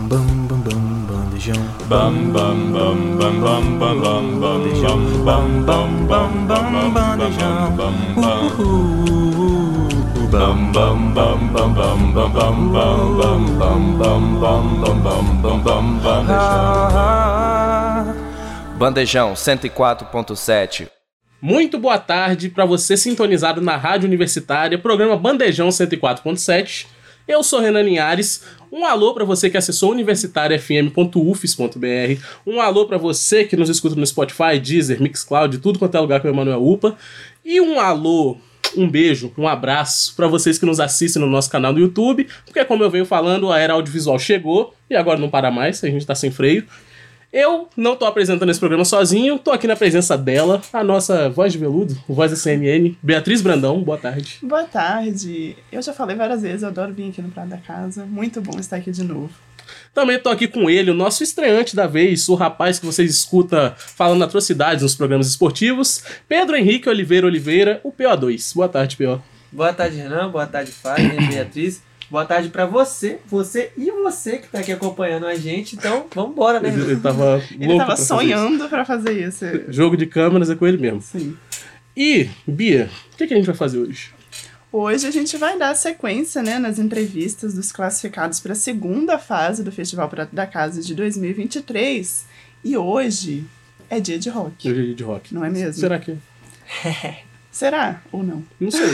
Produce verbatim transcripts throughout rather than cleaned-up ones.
Bam bam bam bam bandejão. Bam bam bam bam bam bam bam bandejão. Bam bam bam bam bandejão. Bam bam bam bam bam bam bam bam bam bam bam bam bam bam bam bandejão. Bandejão cento e quatro ponto sete. Muito boa tarde para você sintonizado na Rádio Universitária, programa Bandejão cento e quatro ponto sete. Eu sou Renan Linhares. Um alô para você que acessou universitária f m ponto u f s ponto b r. Um alô para você que nos escuta no Spotify, Deezer, Mixcloud, tudo quanto é lugar com o Emanuel Upa. E um alô, um beijo, um abraço para vocês que nos assistem no nosso canal do YouTube, porque como eu venho falando, a era audiovisual chegou e agora não para mais, a gente tá sem freio. Eu não tô apresentando esse programa sozinho, tô aqui na presença dela, a nossa voz de veludo, voz da C N N, Beatriz Brandão. Boa tarde. Boa tarde. Eu já falei várias vezes, eu adoro vir aqui no Prado da Casa. Muito bom estar aqui de novo. Também tô aqui com ele, o nosso estreante da vez, o rapaz que vocês escutam falando atrocidades nos programas esportivos, Pedro Henrique Oliveira Oliveira, o P O dois. Boa tarde, P O. Boa tarde, Renan. Boa tarde, Fábio e Beatriz. Boa tarde pra você, você e você que tá aqui acompanhando a gente. Então, vamos embora, né? Ele, ele tava, ele louco tava pra sonhando fazer pra fazer isso. Jogo de câmeras é com ele mesmo. Sim. E, Bia, o que, que a gente vai fazer hoje? Hoje a gente vai dar sequência, né, nas entrevistas dos classificados para a segunda fase do Festival Prado da Casa de dois mil e vinte e três. E hoje é dia de rock. Hoje é dia de rock. Não é mesmo? Será que é? Será ou não? Não sei.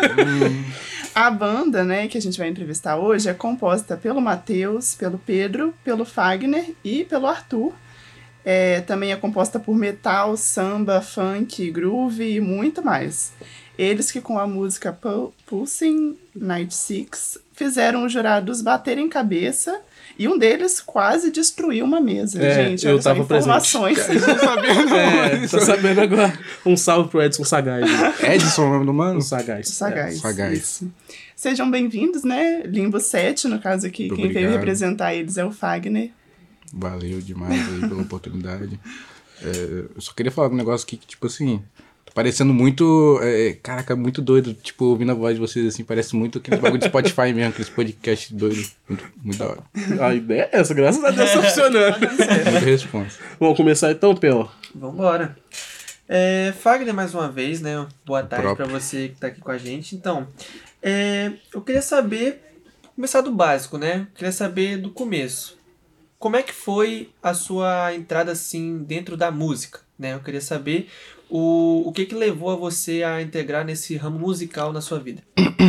A banda, né, que a gente vai entrevistar hoje é composta pelo Matheus, pelo Pedro, pelo Fagner e pelo Arthur. É, também é composta por metal, samba, funk, groove e muito mais. Eles que com a música Pulsing Night Six fizeram os jurados baterem cabeça e um deles quase destruiu uma mesa. É, gente, eu olha só, tava informações. presente. Tô sabendo, é, tô sabendo agora. Um salve pro Edson Sagaz. Né? Edson, o nome do mano? O Sagaz. Sagaz. É, Sagaz. Isso. Sejam bem-vindos, né? Limbo sete, no caso aqui, Muito quem obrigado. veio representar eles é o Fagner. Valeu demais aí pela oportunidade. É, eu só queria falar um negócio aqui que, tipo assim, tá parecendo muito. É, caraca, muito doido. Tipo, ouvindo a voz de vocês assim, parece muito aquele bagulho de Spotify mesmo, aqueles podcasts doidos. Muito, muito da hora. A ideia é essa, graças a Deus tá funcionando. Muita resposta. Vamos começar então, Pel? Vambora. É, Fagner, mais uma vez, né? Boa tarde próprio. pra você que tá aqui com a gente. Então, é, eu queria saber, começar do básico, né? Eu queria saber do começo. Como é que foi a sua entrada, assim, dentro da música, né? Eu queria saber o, o que que levou a você a integrar nesse ramo musical na sua vida.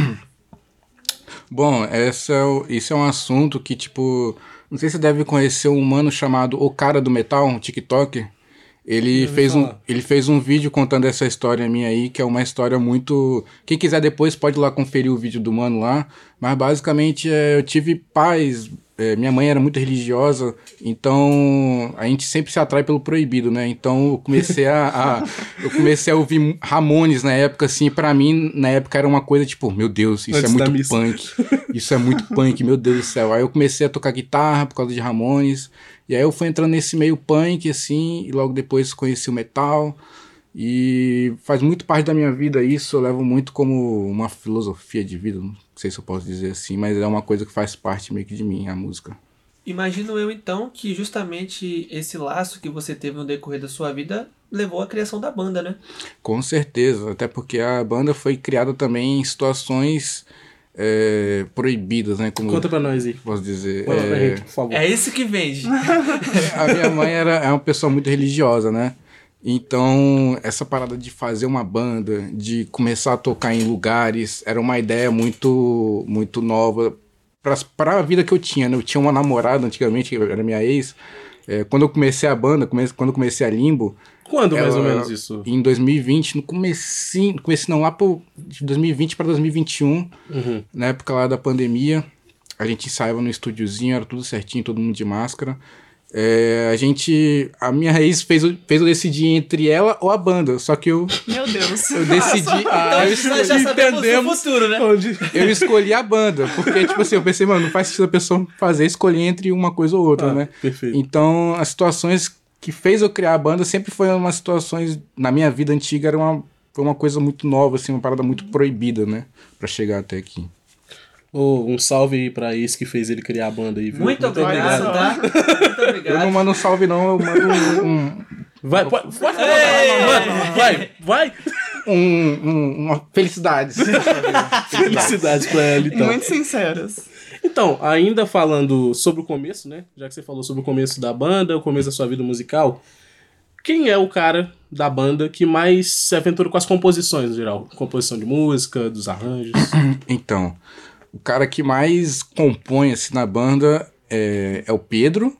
Bom, essa é o, isso é um assunto que, tipo, não sei se você deve conhecer um mano chamado O Cara do Metal, um TikToker. Ele fez, um, ele fez um vídeo contando essa história minha aí, que é uma história muito... Quem quiser depois pode ir lá conferir o vídeo do mano lá. Mas basicamente é, eu tive pais... É, minha mãe era muito religiosa, então a gente sempre se atrai pelo proibido, né? Então eu comecei a, a, eu comecei a ouvir Ramones na época, assim, pra mim, na época era uma coisa tipo, meu Deus, isso Antes é da muito missa. punk, isso é muito punk, meu Deus do céu. Aí eu comecei a tocar guitarra por causa de Ramones, e aí eu fui entrando nesse meio punk, assim, e logo depois conheci o metal, e faz muito parte da minha vida isso, eu levo muito como uma filosofia de vida, não sei se eu posso dizer assim, mas é uma coisa que faz parte meio que de mim, a música. Imagino eu, então, que justamente esse laço que você teve no decorrer da sua vida levou à criação da banda, né? Com certeza, até porque a banda foi criada também em situações é, proibidas, né? Como Conta pra nós aí. posso dizer. Conta pra É, gente, por favor. É isso que vende. a minha mãe era, é uma pessoa muito religiosa, né? Então, essa parada de fazer uma banda, de começar a tocar em lugares, era uma ideia muito, muito nova para a vida que eu tinha, né? Eu tinha uma namorada antigamente, que era minha ex. É, quando eu comecei a banda, comece, quando eu comecei a Limbo... Quando mais ela, ou menos isso? Em dois mil e vinte, no comecinho, no comecinho não, lá pro, de dois mil e vinte para dois mil e vinte e um, Uhum. na época lá da pandemia, a gente ensaiava no estúdiozinho, era tudo certinho, todo mundo de máscara. É, a gente, a minha ex fez, fez eu decidir entre ela ou a banda, só que eu, Meu Deus. eu decidi, ah, eu Então, escolhi, nós já sabemos entendemos. o futuro, né? Onde... eu escolhi a banda, porque tipo assim, eu pensei, mano, não faz sentido a pessoa fazer, escolher entre uma coisa ou outra, Ah, né? perfeito. Então, as situações que fez eu criar a banda sempre foi umas situações, na minha vida antiga, era uma, foi uma coisa muito nova, assim, uma parada muito proibida, né? Pra chegar até aqui. Oh, um salve aí pra esse que fez ele criar a banda aí, viu? Muito, Muito obrigado, obrigado, tá? Muito obrigado. Eu não mando um salve, não, eu mando um. um... Vai, pode, pode falar, mano, vai, vai. Um, um, uma felicidade. Felicidades pra ela, então. Muito sinceros. Então, ainda falando sobre o começo, né? Já que você falou sobre o começo da banda, o começo da sua vida musical, quem é o cara da banda que mais se aventura com as composições, no geral? Composição de música, dos arranjos? Então, o cara que mais compõe assim, na banda é, é o Pedro.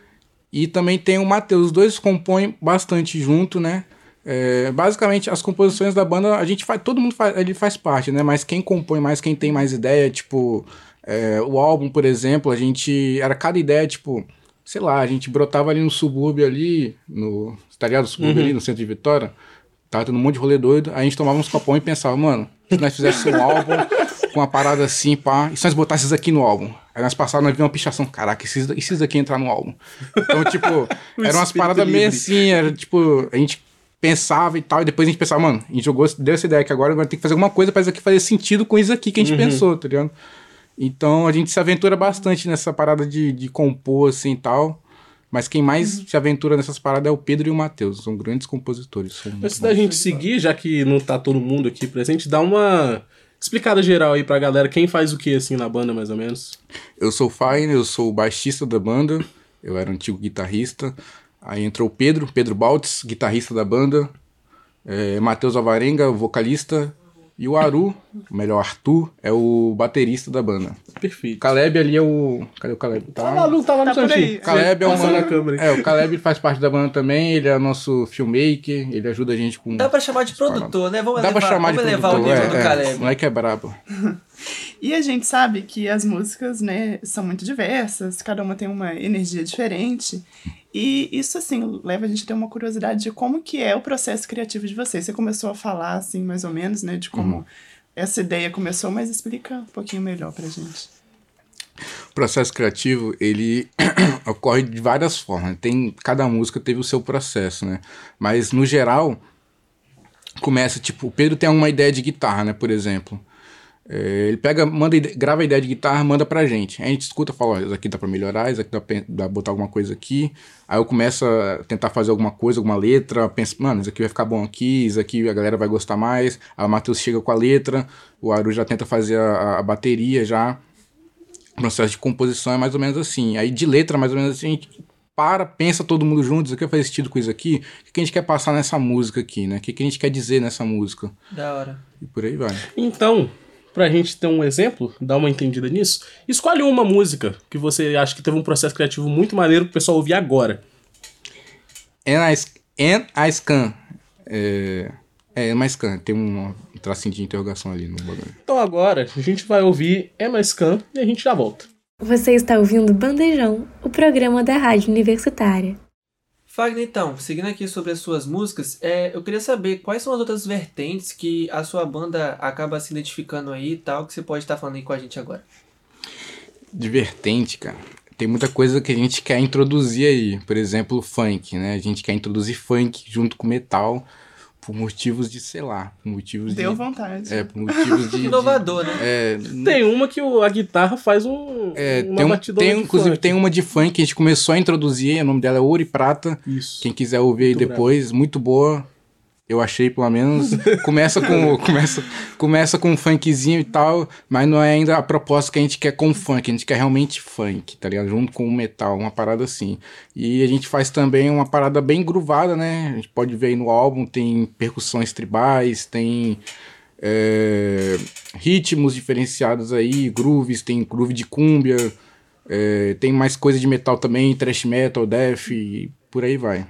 E também tem o Matheus. Os dois compõem bastante junto, né? É, basicamente, as composições da banda, a gente faz, todo mundo faz, ele faz parte, né? Mas quem compõe mais, quem tem mais ideia, tipo... É, o álbum, por exemplo, a gente... Era cada ideia, tipo... Sei lá, a gente brotava ali no subúrbio ali, no... Tá ligado? No subúrbio Uhum. ali, no centro de Vitória. Tava tendo um monte de rolê doido. Aí a gente tomava uns copões e pensava, mano, se nós fizéssemos um álbum com uma parada assim, pá, e se nós botássemos isso aqui no álbum? Aí nós passávamos, nós vimos uma pichação, caraca, e se isso daqui entrar no álbum? Então, tipo, eram umas paradas meio assim, era tipo, a gente pensava e tal, e depois a gente pensava, mano, a gente jogou, deu essa ideia que agora, agora tem que fazer alguma coisa pra isso aqui fazer sentido com isso aqui que a gente uhum. pensou, tá ligado? Então a gente se aventura bastante nessa parada de, de compor assim e tal. Mas quem mais uhum. se aventura nessas paradas é o Pedro e o Matheus. São grandes compositores. São Antes da gente seguir, já que não tá todo mundo aqui presente, dá uma explicada geral aí pra galera. Quem faz o que assim na banda, mais ou menos? Eu sou o Fagner, eu sou o baixista da banda. Eu era antigo guitarrista. Aí entrou o Pedro, Pedro Baltz, guitarrista da banda. É, Matheus Alvarenga, vocalista. E o Aru, o melhor Arthur, é o baterista da banda. Perfeito. O Caleb ali é o... Cadê o Caleb? Tá lá, tá, tá lá no cantinho. O Caleb é o mano... câmera. É, o Caleb faz parte da banda também, ele é nosso filmmaker, ele ajuda a gente com... Dá pra chamar de produtor, né? Vamos Dá levar, pra chamar vamos de levar produtor, o nível é, do é, Caleb. O moleque é brabo. E a gente sabe que as músicas, né, são muito diversas, cada uma tem uma energia diferente. E isso, assim, leva a gente a ter uma curiosidade de como que é o processo criativo de vocês. Você começou a falar, assim, mais ou menos, né, de como... Uhum. Essa ideia começou, mas explica um pouquinho melhor pra gente. O processo criativo, ele ocorre de várias formas. Tem, cada música teve o seu processo, né? Mas, no geral, começa, tipo, o Pedro tem uma ideia de guitarra, né, por exemplo. É, ele pega, manda, grava a ideia de guitarra, manda pra gente. Aí a gente escuta e fala, ó, isso aqui dá pra melhorar, isso aqui dá pra, dá pra botar alguma coisa aqui. Aí eu começo a tentar fazer alguma coisa, alguma letra, penso, mano, isso aqui vai ficar bom aqui, isso aqui a galera vai gostar mais. Aí o Matheus chega com a letra, o Aru já tenta fazer a, a bateria já. O processo de composição é mais ou menos assim. Aí de letra, mais ou menos assim, a gente para, pensa todo mundo junto, isso aqui faz sentido com isso aqui, o que a gente quer passar nessa música aqui, né? O que a gente quer dizer nessa música. Da hora. E por aí vai. Então... Pra gente ter um exemplo, dar uma entendida nisso, escolhe uma música que você acha que teve um processo criativo muito maneiro pro pessoal ouvir agora. And I Scan. É, é Am I Scan. Tem um tracinho de interrogação ali no bagulho. Então agora a gente vai ouvir Am I Scan e a gente já volta. Você está ouvindo Bandejão, o programa da Rádio Universitária. Fagner, então, seguindo aqui sobre as suas músicas, é, eu queria saber quais são as outras vertentes que a sua banda acaba se identificando aí e tal, que você pode estar falando aí com a gente agora. De vertente, cara. Tem muita coisa que a gente quer introduzir aí. Por exemplo, o funk, né? A gente quer introduzir funk junto com metal por motivos de, sei lá, por motivos Deu de... vontade. É, por motivos de... Inovador, de, né? É, tem uma que o, a guitarra faz um, é, uma tem um, batidona tem, de inclusive funk. tem uma de funk que a gente começou a introduzir, o nome dela é Ouro e Prata. Isso. Quem quiser ouvir aí Muito depois, bravo. Muito boa. Eu achei, pelo menos. Começa com, começa, começa com um funkzinho e tal, mas não é ainda a proposta que a gente quer com funk. A gente quer realmente funk, tá ligado? Junto com o metal, uma parada assim. E a gente faz também uma parada bem groovada, né? A gente pode ver aí no álbum, tem percussões tribais, tem é, ritmos diferenciados aí, grooves, tem groove de cúmbia, é, tem mais coisa de metal também, thrash metal, death, e por aí vai.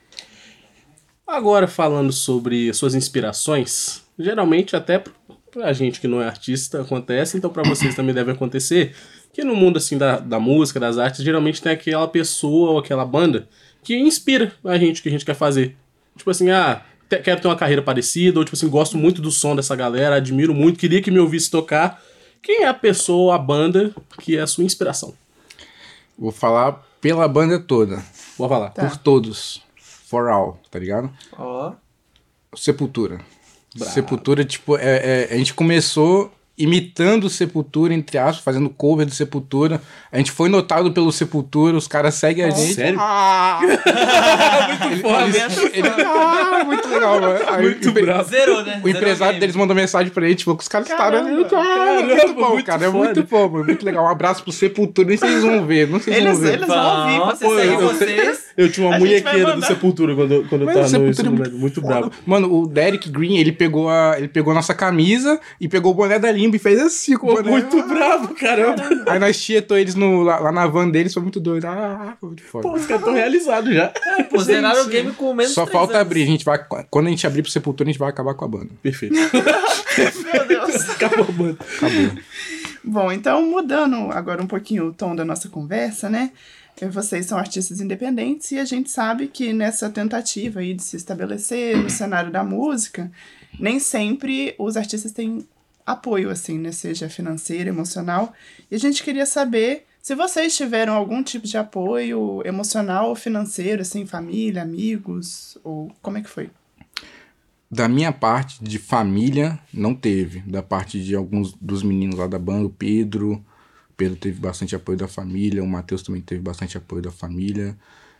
Agora, falando sobre suas inspirações, geralmente até pra gente que não é artista acontece, então pra vocês também deve acontecer, que no mundo assim da, da música, das artes, geralmente tem aquela pessoa ou aquela banda que inspira a gente, o que a gente quer fazer. Tipo assim, ah, te, quero ter uma carreira parecida, ou tipo assim, gosto muito do som dessa galera, admiro muito, queria que me ouvisse tocar. Quem é a pessoa, a banda, que é a sua inspiração? Vou falar pela banda toda. Vou falar. Tá. Por todos. For all, tá ligado? Ó. Sepultura. Bravo. Sepultura, tipo, é, é, a gente começou imitando o Sepultura, entre aspas, fazendo cover do Sepultura. A gente foi notado pelo Sepultura, os caras seguem a gente. Sério? Ah! Muito foda. Ele, ele, ah, muito legal, mano. Aí, Muito o, empre- bravo. Zerou, né? o empresário deles mandou mensagem pra ele, tipo, que os caras estavam ali. Ah, Caramba, muito bom, muito cara. É foda. muito bom, mano. Muito legal. Um abraço pro Sepultura. Nem vocês vão ver, não sei se Eles, vão ver. eles vão ouvir. Nossa, Pô, segue eu- vocês. Eu tinha uma A gente vai munhequeira do mandar. Sepultura quando, quando eu Mas tava o no Sepultura ensino é médio. Muito bravo. Mano, o Derek Green, ele pegou a, ele pegou a nossa camisa e pegou o boné da Limbo e fez assim com o Pô, boné. muito bravo, caramba. Aí nós tietou eles no, lá, lá na van deles, foi muito doido. Ah, foi muito foda. Pô, os caras tão realizados já. Pô, zeraram o game com menos Só três falta anos. abrir. A gente vai, quando a gente abrir pro Sepultura, a gente vai acabar com a banda. Perfeito. Meu Deus. Acabou, mano. Acabou. Bom, então mudando agora um pouquinho o tom da nossa conversa, né? Eh, Vocês são artistas independentes e a gente sabe que nessa tentativa aí de se estabelecer no cenário da música, nem sempre os artistas têm apoio, assim, né? Seja financeiro, emocional. E a gente queria saber se vocês tiveram algum tipo de apoio emocional ou financeiro, assim, família, amigos, ou como é que foi? Da minha parte, de família, não teve. Da parte de alguns dos meninos lá da banda, o Pedro. O Pedro teve bastante apoio da família. O Matheus também teve bastante apoio da família.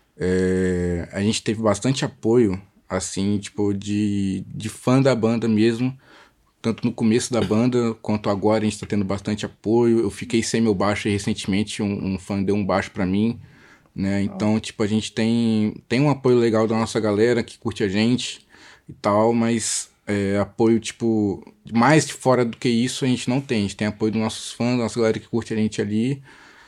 É, a gente teve bastante apoio, assim, tipo, de, de fã da banda mesmo. Tanto no começo da banda, quanto agora a gente tá tendo bastante apoio. Eu fiquei sem meu baixo e recentemente um, um fã deu um baixo pra mim, né? Então, tipo, a gente tem, tem um apoio legal da nossa galera que curte a gente e tal, mas é, apoio, tipo, mais de fora do que isso a gente não tem. A gente tem apoio dos nossos fãs, da nossa galera que curte a gente ali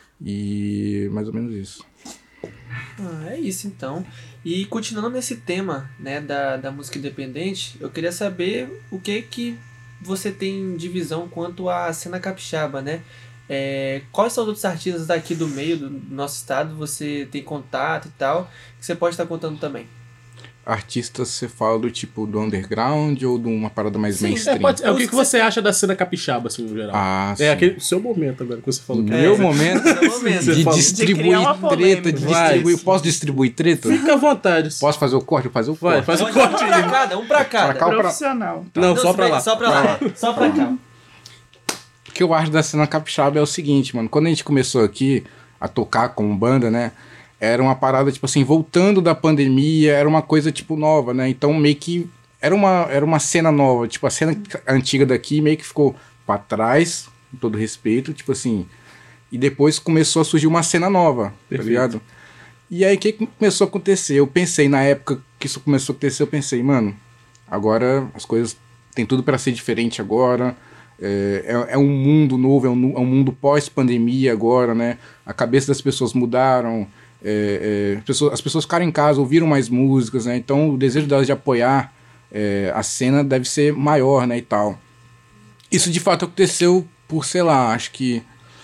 e mais ou menos isso. Ah, é isso então. E continuando nesse tema, né, da, da música independente, eu queria saber o que que você tem de visão quanto à cena capixaba, né? É, quais são os outros artistas daqui do meio do nosso estado você tem contato e tal, que você pode estar contando também? Artistas, você fala do tipo do underground ou de uma parada mais É, mainstream? pode, é, o que, que você acha da cena capixaba, assim, no geral? Ah, é sim. aquele o seu momento agora que você falou. que Meu É, momento seu momento. de falou. distribuir De criar uma treta, de polêmica. distribuir. Vai. Posso distribuir treta? Fica à vontade. Posso fazer o corte? Vou fazer o Vai, corte. faz o Um corte pra aí. cada, um pra cada. Pra cá ou pra- Profissional. Não, só se pra bem- lá. Só pra lá. Só pra cá. O que eu acho da cena capixaba é o seguinte, mano. Quando a gente começou aqui a tocar como banda, né? Era uma parada, tipo assim, voltando da pandemia, era uma coisa, tipo, nova, né? Então, meio que era uma, era uma cena nova. Tipo, a cena antiga daqui meio que ficou pra trás, com todo respeito, tipo assim. E depois começou a surgir uma cena nova, Perfeito. tá ligado? E aí, o que que começou a acontecer? Eu pensei, na época que isso começou a acontecer, eu pensei, mano, agora as coisas tem tudo pra ser diferente agora. É, é, é um mundo novo, é um, nu- é um mundo pós-pandemia agora, né? A cabeça das pessoas mudaram, é, é, as pessoas, as pessoas ficaram em casa, ouviram mais músicas, né? Então o desejo delas de apoiar é, a cena deve ser maior, né? E tal. Isso de fato aconteceu por, sei lá, acho que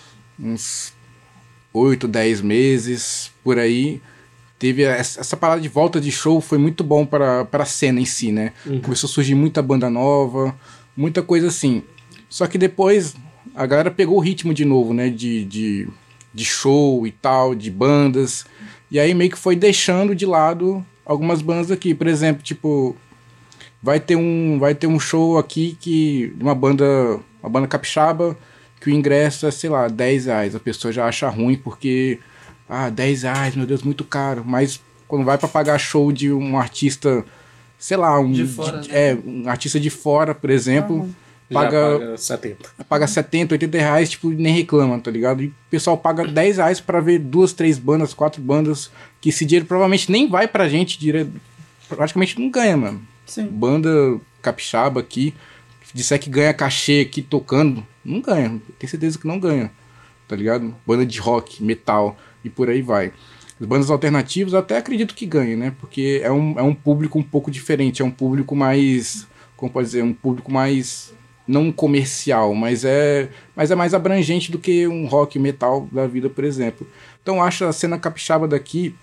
uns oito, dez meses, por aí. Teve essa, essa parada de volta de show, foi muito bom para a cena em si, né? Começou a surgir muita banda nova, muita coisa assim. Só que depois a galera pegou o ritmo de novo, né? De, de, de show e tal, de bandas. E aí meio que foi deixando de lado algumas bandas aqui. Por exemplo, tipo, vai ter um, vai ter um show aqui que de uma banda, uma banda capixaba, que o ingresso é, sei lá, dez reais. A pessoa já acha ruim porque, ah, dez reais, meu Deus, muito caro. Mas quando vai pra pagar show de um artista, sei lá, um, De fora, de- né? é, um artista de fora, por exemplo, Já paga, paga setenta. paga setenta, oitenta reais, tipo, nem reclama, tá ligado? E o pessoal paga dez reais pra ver duas, três bandas, quatro bandas, que esse dinheiro provavelmente nem vai pra gente direto, praticamente não ganha, mano. Sim. Banda capixaba aqui, disser que ganha cachê aqui tocando, não ganha, tenho certeza que não ganha, tá ligado? Banda de rock, metal e por aí vai. As bandas alternativas eu até acredito que ganhem, né? Porque é um, é um público um pouco diferente, é um público mais, como pode dizer, um público mais não comercial, mas é, mas é mais abrangente do que um rock metal da vida, por exemplo. Então eu acho a cena capixaba daqui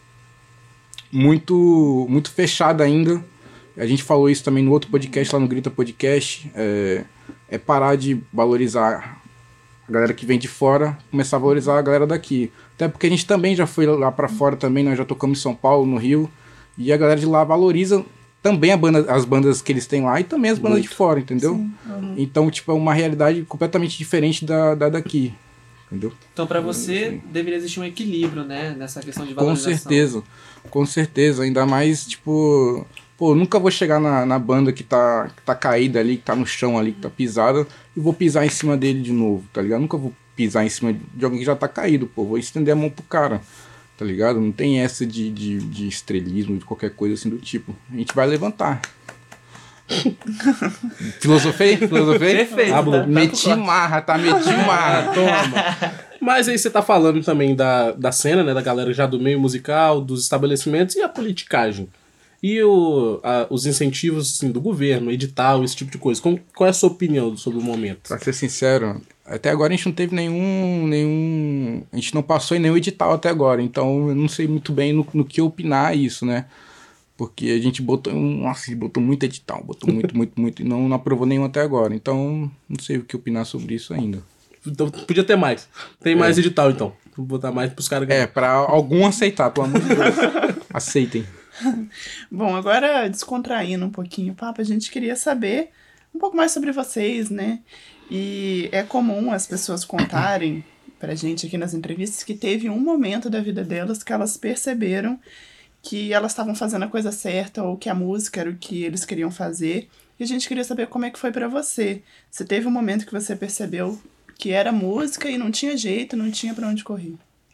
muito, muito fechada ainda. A gente falou isso também no outro podcast, lá no Grita Podcast. É, é parar de valorizar a galera que vem de fora, começar a valorizar a galera daqui. Até porque a gente também já foi lá pra fora também, nós já tocamos em São Paulo, no Rio, e a galera de lá valoriza também a banda, as bandas que eles têm lá e também as bandas Muito. de fora, entendeu? Sim, uhum. Então, tipo, é uma realidade completamente diferente da, da daqui, entendeu? Então, pra você, deveria existir um equilíbrio, né? Nessa questão de Com valorização. certeza, com certeza. Ainda mais, tipo... Pô, eu nunca vou chegar na, na banda que tá, que tá caída ali, que tá no chão ali, que tá pisada, e vou pisar em cima dele de novo, tá ligado? Nunca vou pisar em cima de alguém que já tá caído, pô. Vou estender a mão pro cara, tá ligado? Não tem essa de, de, de estrelismo, de qualquer coisa assim do tipo. A gente vai levantar. Filosofei? Filosofei? Perfeito. Ah, tá- tá Meti claro. marra, tá? Meti marra. Toma. Mas aí você tá falando também da, da cena, né? Da galera já do meio musical, dos estabelecimentos e a politicagem. E o, a- os incentivos assim, do governo, edital, esse tipo de coisa. Como- qual é a sua opinião sobre o momento? Pra ser sincero, até agora a gente não teve nenhum, nenhum... A gente não passou em nenhum edital até agora, então eu não sei muito bem no, no que opinar isso, né? Porque a gente botou, um- nossa, a gente botou muito edital, botou muito, muito, muito, e não, não aprovou nenhum até agora. Então, não sei o que opinar sobre isso ainda. Então podia ter mais. Tem mais edital, então. Vou botar mais pros caras É, ganharem. pra algum aceitar, pelo amor de Deus. Aceitem. Bom, agora descontraindo um pouquinho o papo, a gente queria saber um pouco mais sobre vocês, né? E é comum as pessoas contarem pra gente aqui nas entrevistas que teve um momento da vida delas que elas perceberam que elas estavam fazendo a coisa certa ou que a música era o que eles queriam fazer. E a gente queria saber como é que foi pra você. Você teve um momento que você percebeu que era música e não tinha jeito, não tinha pra onde correr.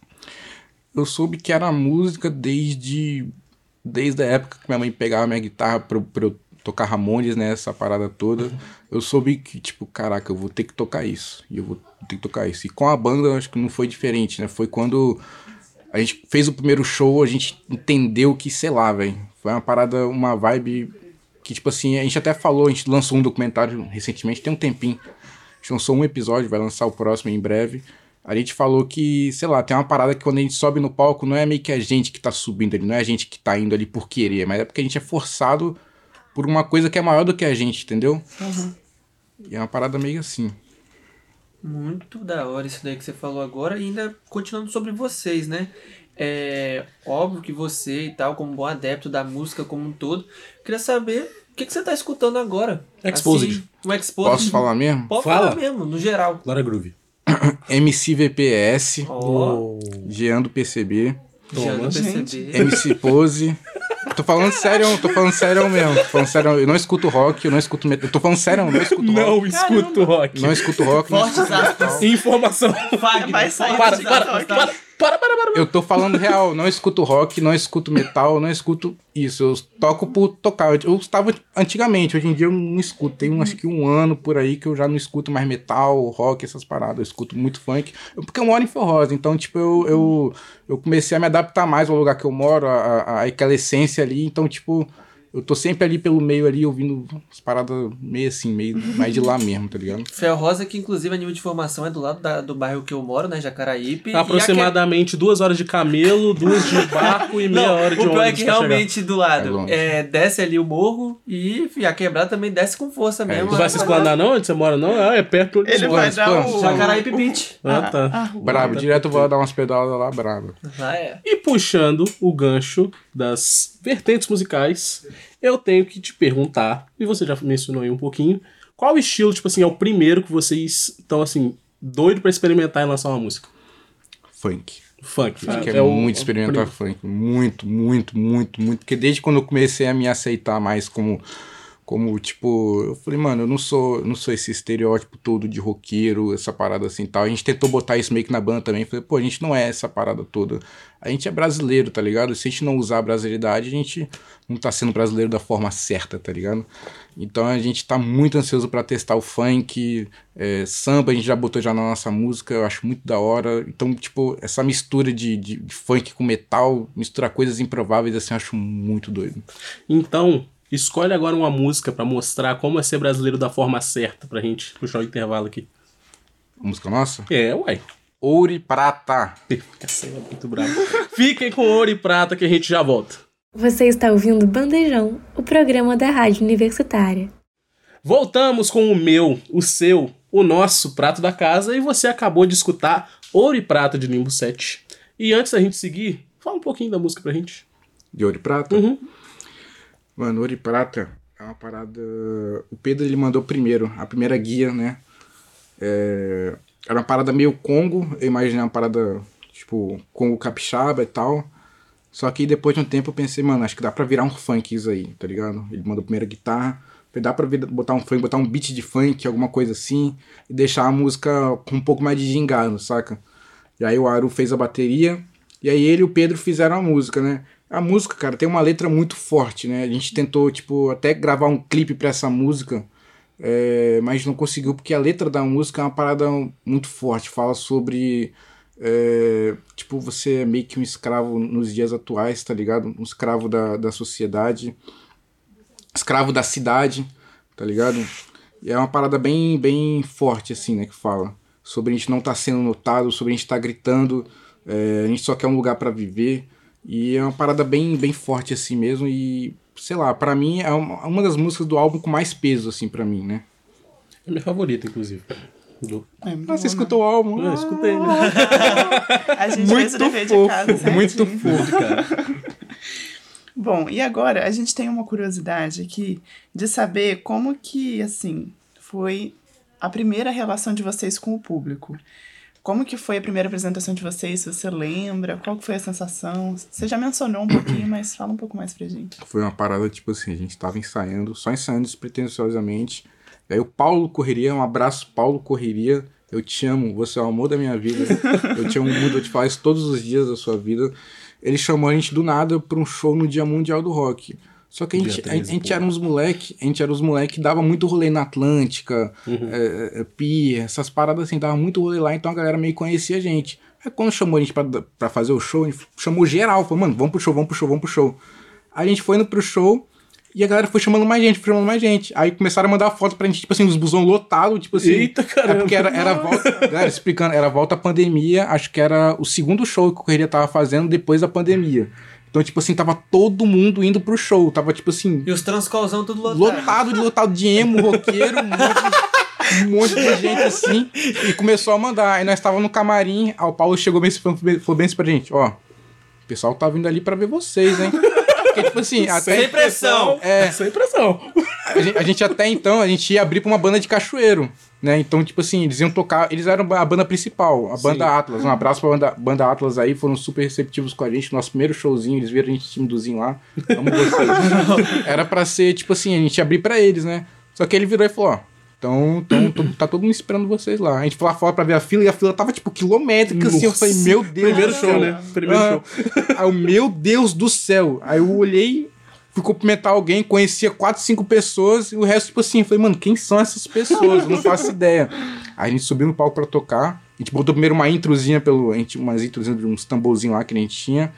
Eu soube que era música desde, desde a época que minha mãe pegava minha guitarra pra, eu- pra eu tocar Ramones, né, essa parada toda. Eu soube que, tipo, caraca, eu vou ter que tocar isso. E eu vou ter que tocar isso. E com a banda, eu acho que não foi diferente, né? Foi quando a gente fez o primeiro show, a gente entendeu que, sei lá, velho. Foi uma parada, uma vibe que, tipo assim, a gente até falou, a gente lançou um documentário recentemente, tem um tempinho. A gente lançou um episódio, vai lançar o próximo em breve. A gente falou que, sei lá, tem uma parada que quando a gente sobe no palco, não é meio que a gente que tá subindo ali, não é a gente que tá indo ali por querer, mas é porque a gente é forçado por uma coisa que é maior do que a gente, entendeu? Uhum. E é uma parada meio assim. Muito da hora isso daí que você falou agora. E ainda continuando sobre vocês, né? É óbvio que você e tal, como bom adepto da música como um todo, queria saber o que, que você tá escutando agora. Exposed. Assim, o Exposed. Posso falar mesmo? Pode Fala. falar mesmo, no geral. Glória Groove. M C V P S, Ó, Jean do P C B, já não Gente. percebi. M C Pose. Tô falando sério, tô falando sério mesmo. Tô falando sério, eu não escuto rock, eu não escuto metal. Eu tô falando sério, eu não escuto rock. Não escuto rock. Não escuto rock. não Fortes escuto aspas. metal. Informação. Fagner, Vai sair Para, do para, TikTok. para, para, para, para. Eu tô falando real, não escuto rock, não escuto metal, não escuto isso. Eu toco por tocar. Eu estava antigamente, hoje em dia eu não escuto. Tem um, acho que um ano por aí que eu já não escuto mais metal, rock, essas paradas. Eu escuto muito funk. Eu- porque eu moro em Forrosa, então, tipo, eu, eu, eu comecei a me adaptar mais ao lugar que eu moro, a, a, aquela essência ali. Então, tipo, eu tô sempre ali pelo meio ali, ouvindo as paradas meio assim, meio mais de lá mesmo, tá ligado? Ferrosa, que inclusive a nível de formação é do lado da- do bairro que eu moro, né? Jacaraípe. E Aproximadamente duas horas de camelo, duas de barco e meia Não, hora de o pior é ônibus que pra chegar. realmente do É lado longe. é, desce ali o morro e fi, a quebrada também desce com força mesmo. Tu vai se explanar não? Onde você mora não? Ah, é perto de Ele vai dar o... Jacaraípe Beach. Ah, tá. a rua. Brabo, direto eu vou dar umas pedaladas lá, brabo. Ah, é. E puxando o gancho das vertentes musicais, eu tenho que te perguntar, e você já mencionou aí um pouquinho, qual estilo, tipo assim, é o primeiro que vocês estão, assim, doido pra experimentar em lançar uma música? Funk. Funk. Acho que é é o- muito o experimentar prim- funk. Muito, muito, muito, muito. Porque desde quando eu comecei a me aceitar mais como, como tipo, eu falei, mano, eu não sou, eu não sou esse estereótipo todo de roqueiro, essa parada assim e tal. A gente tentou botar isso meio que na banda também. Falei, pô, a gente não é essa parada toda. A gente é brasileiro, tá ligado? Se a gente não usar a brasilidade, a gente não tá sendo brasileiro da forma certa, tá ligado? Então a gente tá muito ansioso pra testar o funk, é, samba, a gente já botou já na nossa música, eu acho muito da hora. Então, tipo, essa mistura de, de, de funk com metal, misturar coisas improváveis, assim, eu acho muito doido. Então, escolhe agora uma música pra mostrar como é ser brasileiro da forma certa, pra gente puxar o intervalo aqui. A música nossa? É, uai. Ouro e Prata. Essa é muito brava. Fiquem com Ouro e Prata que a gente já volta. Você está ouvindo Bandejão, o programa da Rádio Universitária. Voltamos com o meu, o seu, o nosso prato da casa e você acabou de escutar Ouro e Prata de Limbo sete. E antes da gente seguir, fala um pouquinho da música pra gente. De Ouro e Prata? Uhum. Mano, Ouro e Prata é uma parada... O Pedro, ele mandou primeiro, a primeira guia, né? É... Era uma parada meio Congo, eu imaginei uma parada, tipo, Congo capixaba e tal. Só que depois de um tempo eu pensei, mano, acho que dá pra virar um funk isso aí, tá ligado? Ele mandou a primeira guitarra, dá pra botar um funk, botar um beat de funk, alguma coisa assim, e deixar a música com um pouco mais de gingado, saca? E aí o Aru fez a bateria, e aí ele e o Pedro fizeram a música, né? A música, cara, tem uma letra muito forte, né? A gente tentou, tipo, até gravar um clipe pra essa música, é, mas não conseguiu, porque a letra da música é uma parada muito forte, fala sobre... É, tipo, você é meio que um escravo nos dias atuais, tá ligado? Um escravo da, da sociedade, escravo da cidade, tá ligado? E é uma parada bem, bem forte, assim, né, que fala sobre a gente não tá sendo notado, sobre a gente tá gritando, é, a gente só quer um lugar pra viver, e é uma parada bem, bem forte assim mesmo, e sei lá, pra mim é uma, uma das músicas do álbum com mais peso, assim, pra mim, né? É minha favorita, inclusive. Do... É, Nossa, você escutou o álbum? Eu escutei, né? A gente Muito fez o dever fofo, de casa, certinho. muito fofo, cara. Bom, e agora a gente tem uma curiosidade aqui de saber como que, assim, foi a primeira relação de vocês com o público. Como que foi a primeira apresentação de vocês, se você lembra? Qual que foi a sensação? Você já mencionou um pouquinho, mas fala um pouco mais pra gente. Foi uma parada, tipo assim, a gente tava ensaiando, só ensaiando despretensiosamente. E aí o Paulo Correria, um abraço, Paulo Correria, eu te amo, você é o amor da minha vida, eu te amo muito, eu te falo isso todos os dias da sua vida. Ele chamou a gente do nada pra um show no Dia Mundial do Rock. Só que a gente, a, a gente era uns moleque, a gente era uns moleque que dava muito rolê na Atlântica, uhum. é, é, Pia, essas paradas assim, dava muito rolê lá, então a galera meio conhecia a gente. Aí quando chamou a gente pra, pra fazer o show, a gente chamou geral, falou, mano, vamos pro show, vamos pro show, vamos pro show. Aí a gente foi indo pro show, e a galera foi chamando mais gente, foi chamando mais gente. Aí começaram a mandar foto pra gente, tipo assim, os busão lotados, tipo assim. Eita, caramba. É porque era, era a volta, galera, explicando, era a volta à pandemia, acho que era o segundo show que o Correria tava fazendo depois da pandemia. Então, tipo assim, tava todo mundo indo pro show, tava tipo assim... E os transcolzão tudo lotado. Lotado de lotado de emo, roqueiro, um monte, um monte de gente assim, e começou a mandar. Aí nós tava no camarim, aí o Paulo chegou bem, falou bem assim pra gente, ó, o pessoal tá vindo ali pra ver vocês, hein? Porque, tipo assim, até... Sem pressão. É, sem pressão. A gente, a gente até então, a gente ia abrir pra uma banda de cachoeiro, né? Então, tipo assim, eles iam tocar, eles eram a banda principal, a banda Sim. Atlas. Um abraço pra banda, banda Atlas aí, foram super receptivos com a gente. Nosso primeiro showzinho, eles viram a gente timidozinho lá. Amo vocês. Era pra ser, tipo assim, a gente ia abrir pra eles, né? Só que ele virou e falou, ó, então, então tá todo mundo esperando vocês lá. A gente foi lá fora pra ver a fila e a fila tava, tipo, quilométrica, assim. Eu falei, meu Deus Primeiro do show, céu. né? Primeiro ah, show. Aí eu, meu Deus do céu. Aí eu olhei, fui cumprimentar alguém, conhecia quatro, cinco pessoas, e o resto, tipo assim, eu falei, mano, quem são essas pessoas? Eu não faço ideia. Aí a gente subiu no palco pra tocar, a gente botou primeiro uma introzinha pelo... A gente, umas introzinhas de uns tamborzinhos lá que a gente tinha.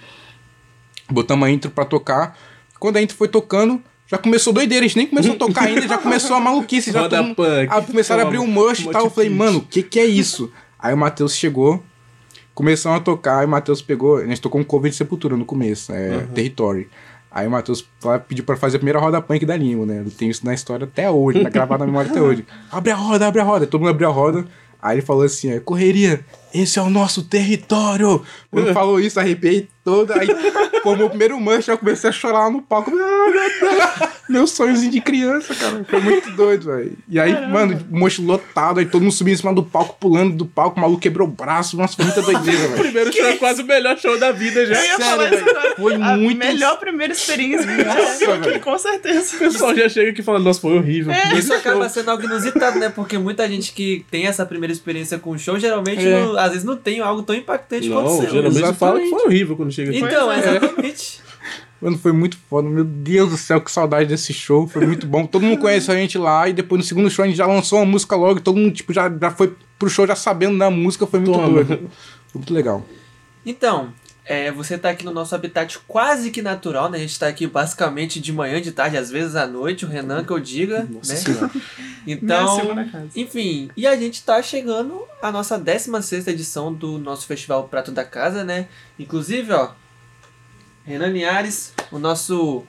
Botamos a intro pra tocar. Quando a intro foi tocando, já começou doideira, a gente nem começou a tocar ainda, já começou a maluquice. Já Roda todo, punk. a, começaram a abrir um mosh e tal. Eu falei, mano, o que que é isso? Aí o Matheus chegou, começaram a tocar, e o Matheus pegou... A gente tocou um cover de Sepultura no começo, é, uhum. Territory. Aí o Matheus pediu pra fazer a primeira roda punk da Limo, né? Eu tenho isso na história até hoje, tá gravado na memória até hoje. Abre a roda, abre a roda. Todo mundo abriu a roda. Aí ele falou assim, é, Correria, esse é o nosso território. Quando falou isso, arrepiei toda. Aí formou o primeiro mancha, eu comecei a chorar lá no palco. Ah, meu Deus. Meu sonhozinho de criança, cara. Foi muito doido, velho. E aí, Caramba. mano, o mocho lotado, aí todo mundo subindo em cima do palco, pulando do palco, o maluco quebrou o braço. Nossa, foi muita doideira, velho. Primeiro show é quase o melhor show da vida já. Eu ia Sério, falar isso agora. Foi a muito... melhor primeira experiência que Nossa, eu tive, velho. com certeza. O pessoal já chega aqui falando, nossa, foi horrível. É, isso acaba sendo algo inusitado, né? Porque muita gente que tem essa primeira experiência com o show, geralmente, É. não, às vezes não tem algo tão impactante quanto o Não, seu. geralmente Exatamente. fala que foi horrível quando chega aqui. Então, Pois é. exatamente. Mano, foi muito foda. Meu Deus do céu, que saudade desse show. Foi muito bom. Todo mundo conhece a gente lá. E depois no segundo show a gente já lançou uma música logo. E todo mundo tipo, já, já foi pro show já sabendo da música. Foi muito Toma. doido. Foi muito legal. Então, é, você tá aqui no nosso habitat quase que natural, né? A gente tá aqui basicamente de manhã, de tarde, às vezes à noite. O Renan que eu diga, Nossa né? senhora. Minha Então, segunda casa. enfim. E a gente tá chegando à nossa décima sexta edição do nosso Festival Prato da Casa, né? Inclusive, ó, Renan Linhares, o nosso...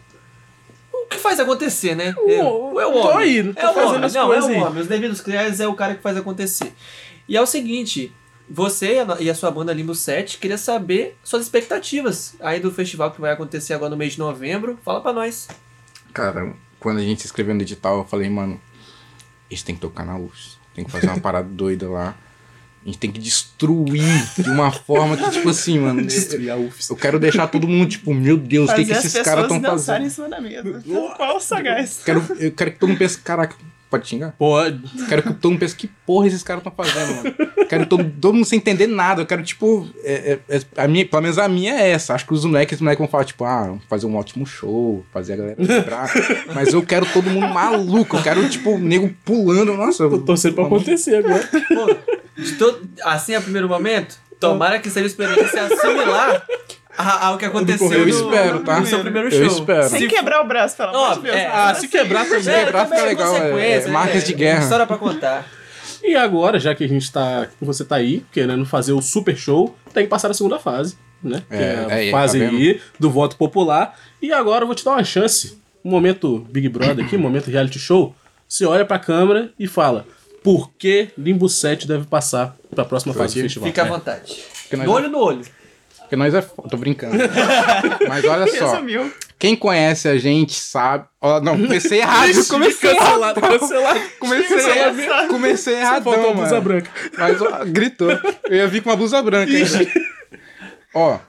O que faz acontecer, né? O- é o tô homem. aí, tô é o fazendo homem. as Não, coisas é o aí. homem. Os devidos criados é o cara que faz acontecer. E é o seguinte, você e a no- e a sua banda Limbo sete queria saber suas expectativas aí do festival que vai acontecer agora no mês de novembro. Fala pra nós. Cara, quando a gente se inscreveu no edital, eu falei, mano, a gente tem que tocar na U F S. Tem que fazer uma parada doida lá. A gente tem que destruir de uma forma que, tipo assim, mano... Destruir a U F S. Eu quero deixar todo mundo, tipo, meu Deus, o que, que Fazer esses as caras pessoas estão dançarem fazendo? em cima da mesa. Tal qual o Sagaz. Quero, eu quero que todo mundo pense, caraca, pode xingar? Pode. Quero que todo mundo pense, que porra esses caras estão fazendo, mano? Quero todo, todo mundo sem entender nada. Eu quero, tipo, é, é, é, a minha, pelo menos a minha é essa. Acho que os moleques, os moleques vão falar, tipo, ah, fazer um ótimo show, fazer a galera vibrar. Mas eu quero todo mundo maluco. Eu quero, tipo, o nego pulando. Nossa, Tô torcendo pra acontecer agora. Pô, de todo, assim, a primeiro momento, tomara que seja uma experiência similar a- ao que aconteceu eu no, espero, tá? no seu primeiro Eu show. espero. Sem quebrar o braço, pelo Ó, amor de Deus. é, Ah, se quebrar também. Se quebrar fica também legal, é, consequência, é, marcas de guerra. História pra contar. E agora, já que a gente tá. Você tá aí, querendo fazer o super show, tem que passar a segunda fase, né? Que É, é a é, fase tá vendo? aí do voto popular. E agora eu vou te dar uma chance. Um momento Big Brother aqui, um momento reality show. Você olha pra câmera e fala: por que Limbo sete deve passar pra próxima fase do festival? Fica à É. vontade. nós No é- olho no olho. Porque nós é foda, tô brincando. Mas olha só, Resumiu. quem conhece a gente sabe... Ó, não, comecei errado, Ixi, comecei cancelado, errado. cancelado. Comecei, Cancelado. comecei Só erradão, faltou a mano. blusa branca. Mas ó, gritou. Eu ia vir com uma blusa branca ainda. Ó.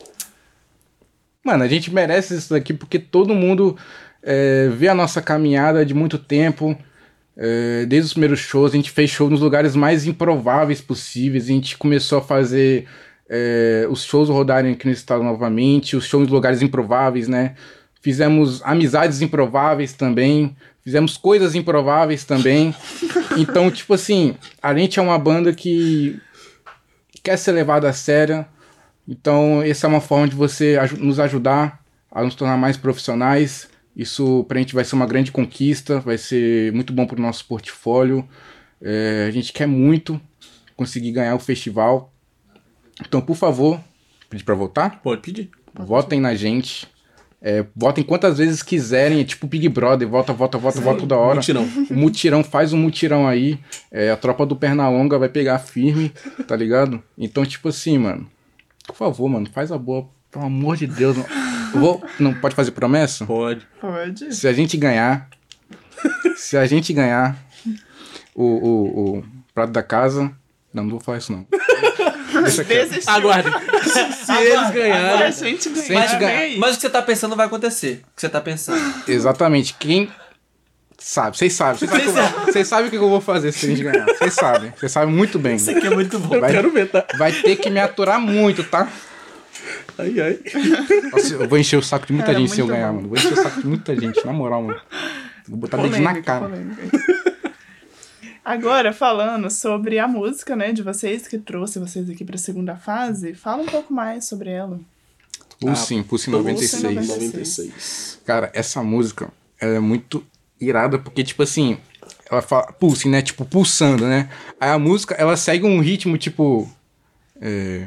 Mano, a gente merece isso daqui porque todo mundo é, vê a nossa caminhada de muito tempo. É, desde os primeiros shows, a gente fez show nos lugares mais improváveis possíveis. A gente começou a fazer é, os shows rodarem aqui no estado novamente, os shows em lugares improváveis, né? Fizemos amizades improváveis também. Fizemos coisas improváveis também. Então, tipo assim, a gente é uma banda que quer ser levada a sério. Então, essa é uma forma de você aju- nos ajudar a nos tornar mais profissionais. Isso pra gente vai ser uma grande conquista, vai ser muito bom pro nosso portfólio. É, a gente quer muito conseguir ganhar o festival. Então, por favor, pedir pra votar? Pode pedir. Votem na gente. É, votem quantas vezes quiserem, é tipo Big Brother, vota, vota, vota, vota toda hora. Mutirão. O mutirão, faz um mutirão aí. É, a tropa do Pernalonga vai pegar firme, tá ligado? Então, tipo assim, mano, por favor, mano, faz a boa, pelo amor de Deus. Não, eu vou, não pode fazer promessa? Pode. Pode. Se a gente ganhar, se a gente ganhar o, o, o prato da casa, não, não vou falar isso não. Deixa quieto. Desistiu. Aguarde. Se eles ganharem. A gente ganha. Se a gente Vem ganhar- aí. Mas o que você tá pensando vai acontecer. O que você tá pensando. Exatamente. Quem sabe, vocês sabem. Vocês sabem, o que eu- vocês sabem o que eu vou fazer se a gente ganhar. Vocês sabem. Vocês sabem muito bem. Isso aqui é muito bom. Eu Vai- quero ver, tá? Vai ter que me aturar muito, tá? Ai, ai. Nossa, eu vou encher o saco de muita Cara, gente se eu muito ganhar, bom. mano. Vou encher o saco de muita gente, na moral, mano. Vou botar dedinho na Polêmica, cara. polêmica. Agora, falando sobre a música, né, de vocês, que trouxe vocês aqui pra segunda fase, fala um pouco mais sobre ela. Pulsim, Pulsim noventa e Pulsim seis. noventa e seis. Cara, essa música, ela é muito irada, porque, tipo assim, ela fala pulsing, né? Tipo, pulsando, né? Aí a música, ela segue um ritmo, tipo... É...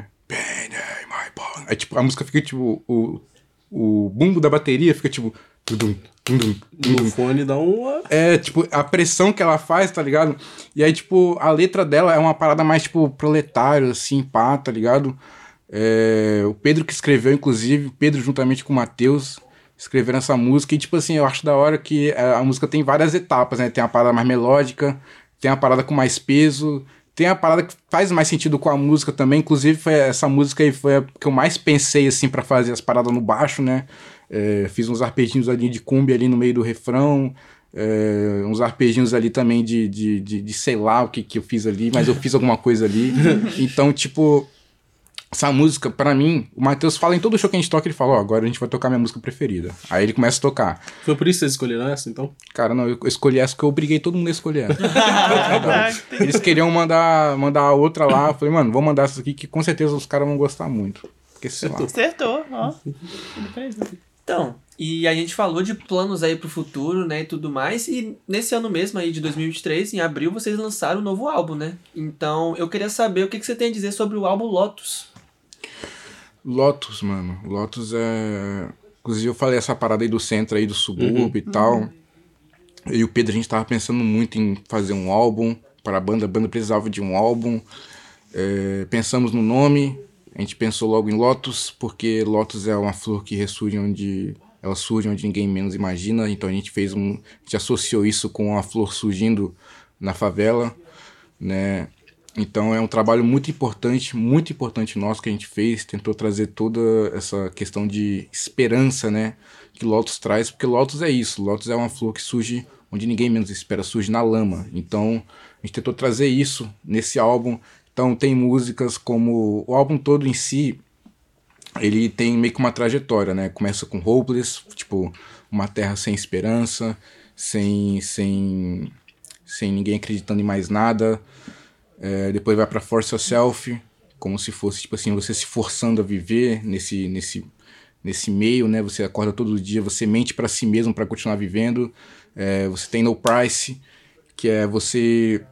Aí, tipo, a música fica, tipo... O, o bumbo da bateria fica, tipo... Tudum, tudum, tudum. No fone dá uma. É, tipo, a pressão que ela faz, tá ligado? E aí, tipo, a letra dela é uma parada mais, tipo, proletário, assim, pá, tá ligado? É, o Pedro que escreveu, inclusive, o Pedro juntamente com o Matheus, escreveram essa música. E, tipo assim, eu acho da hora que a a música tem várias etapas, né? Tem a parada mais melódica, tem a parada com mais peso, tem a parada que faz mais sentido com a música também. Inclusive, foi essa música aí foi a que eu mais pensei, assim, pra fazer as paradas no baixo, né? É, fiz uns arpejinhos ali de cumbia ali no meio do refrão, é, uns arpejinhos ali também de, de, de, de sei lá o que, que eu fiz ali, mas eu fiz alguma coisa ali. Então, tipo, essa música, pra mim, o Matheus fala em todo show que a gente toca, ele fala, ó, agora a gente vai tocar minha música preferida. Aí ele começa a tocar. Foi por isso que vocês escolheram essa, então? Cara, não, eu escolhi essa que eu obriguei todo mundo a escolher. Ah, tem- Eles queriam mandar, mandar a outra lá, eu falei, mano, vou mandar essa aqui que com certeza os caras vão gostar muito. Porque, sei lá. Acertou, ó. Ele fez, né? Então, e a gente falou de planos aí pro futuro, né, e tudo mais, e nesse ano mesmo aí de dois mil e vinte e três, em abril, vocês lançaram um novo álbum, né? Então, eu queria saber o que que você tem a dizer sobre o álbum Lotus. Lotus, mano. Lotus é... Inclusive eu falei essa parada aí do centro aí, do subúrbio e tal. Eu e o Pedro, a gente tava pensando muito em fazer um álbum para a banda. A banda precisava de um álbum. É, pensamos no nome. A gente pensou logo em Lotus, porque Lotus é uma flor que ressurge onde ela surge onde ninguém menos imagina, então a gente fez um... A gente associou isso com a flor surgindo na favela, né? Então é um trabalho muito importante, muito importante nosso que a gente fez, tentou trazer toda essa questão de esperança, né, que Lotus traz, porque Lotus é isso, Lotus é uma flor que surge onde ninguém menos espera, surge na lama. Então a gente tentou trazer isso nesse álbum. Então tem músicas como... O álbum todo em si, ele tem meio que uma trajetória, né, começa com Hopeless, tipo, uma terra sem esperança, sem, sem, sem ninguém acreditando em mais nada. É, depois vai pra Force Yourself, como se fosse, tipo assim, você se forçando a viver nesse, nesse, nesse meio, né? Você acorda todo dia, você mente pra si mesmo pra continuar vivendo. É, você tem No Price, que é você...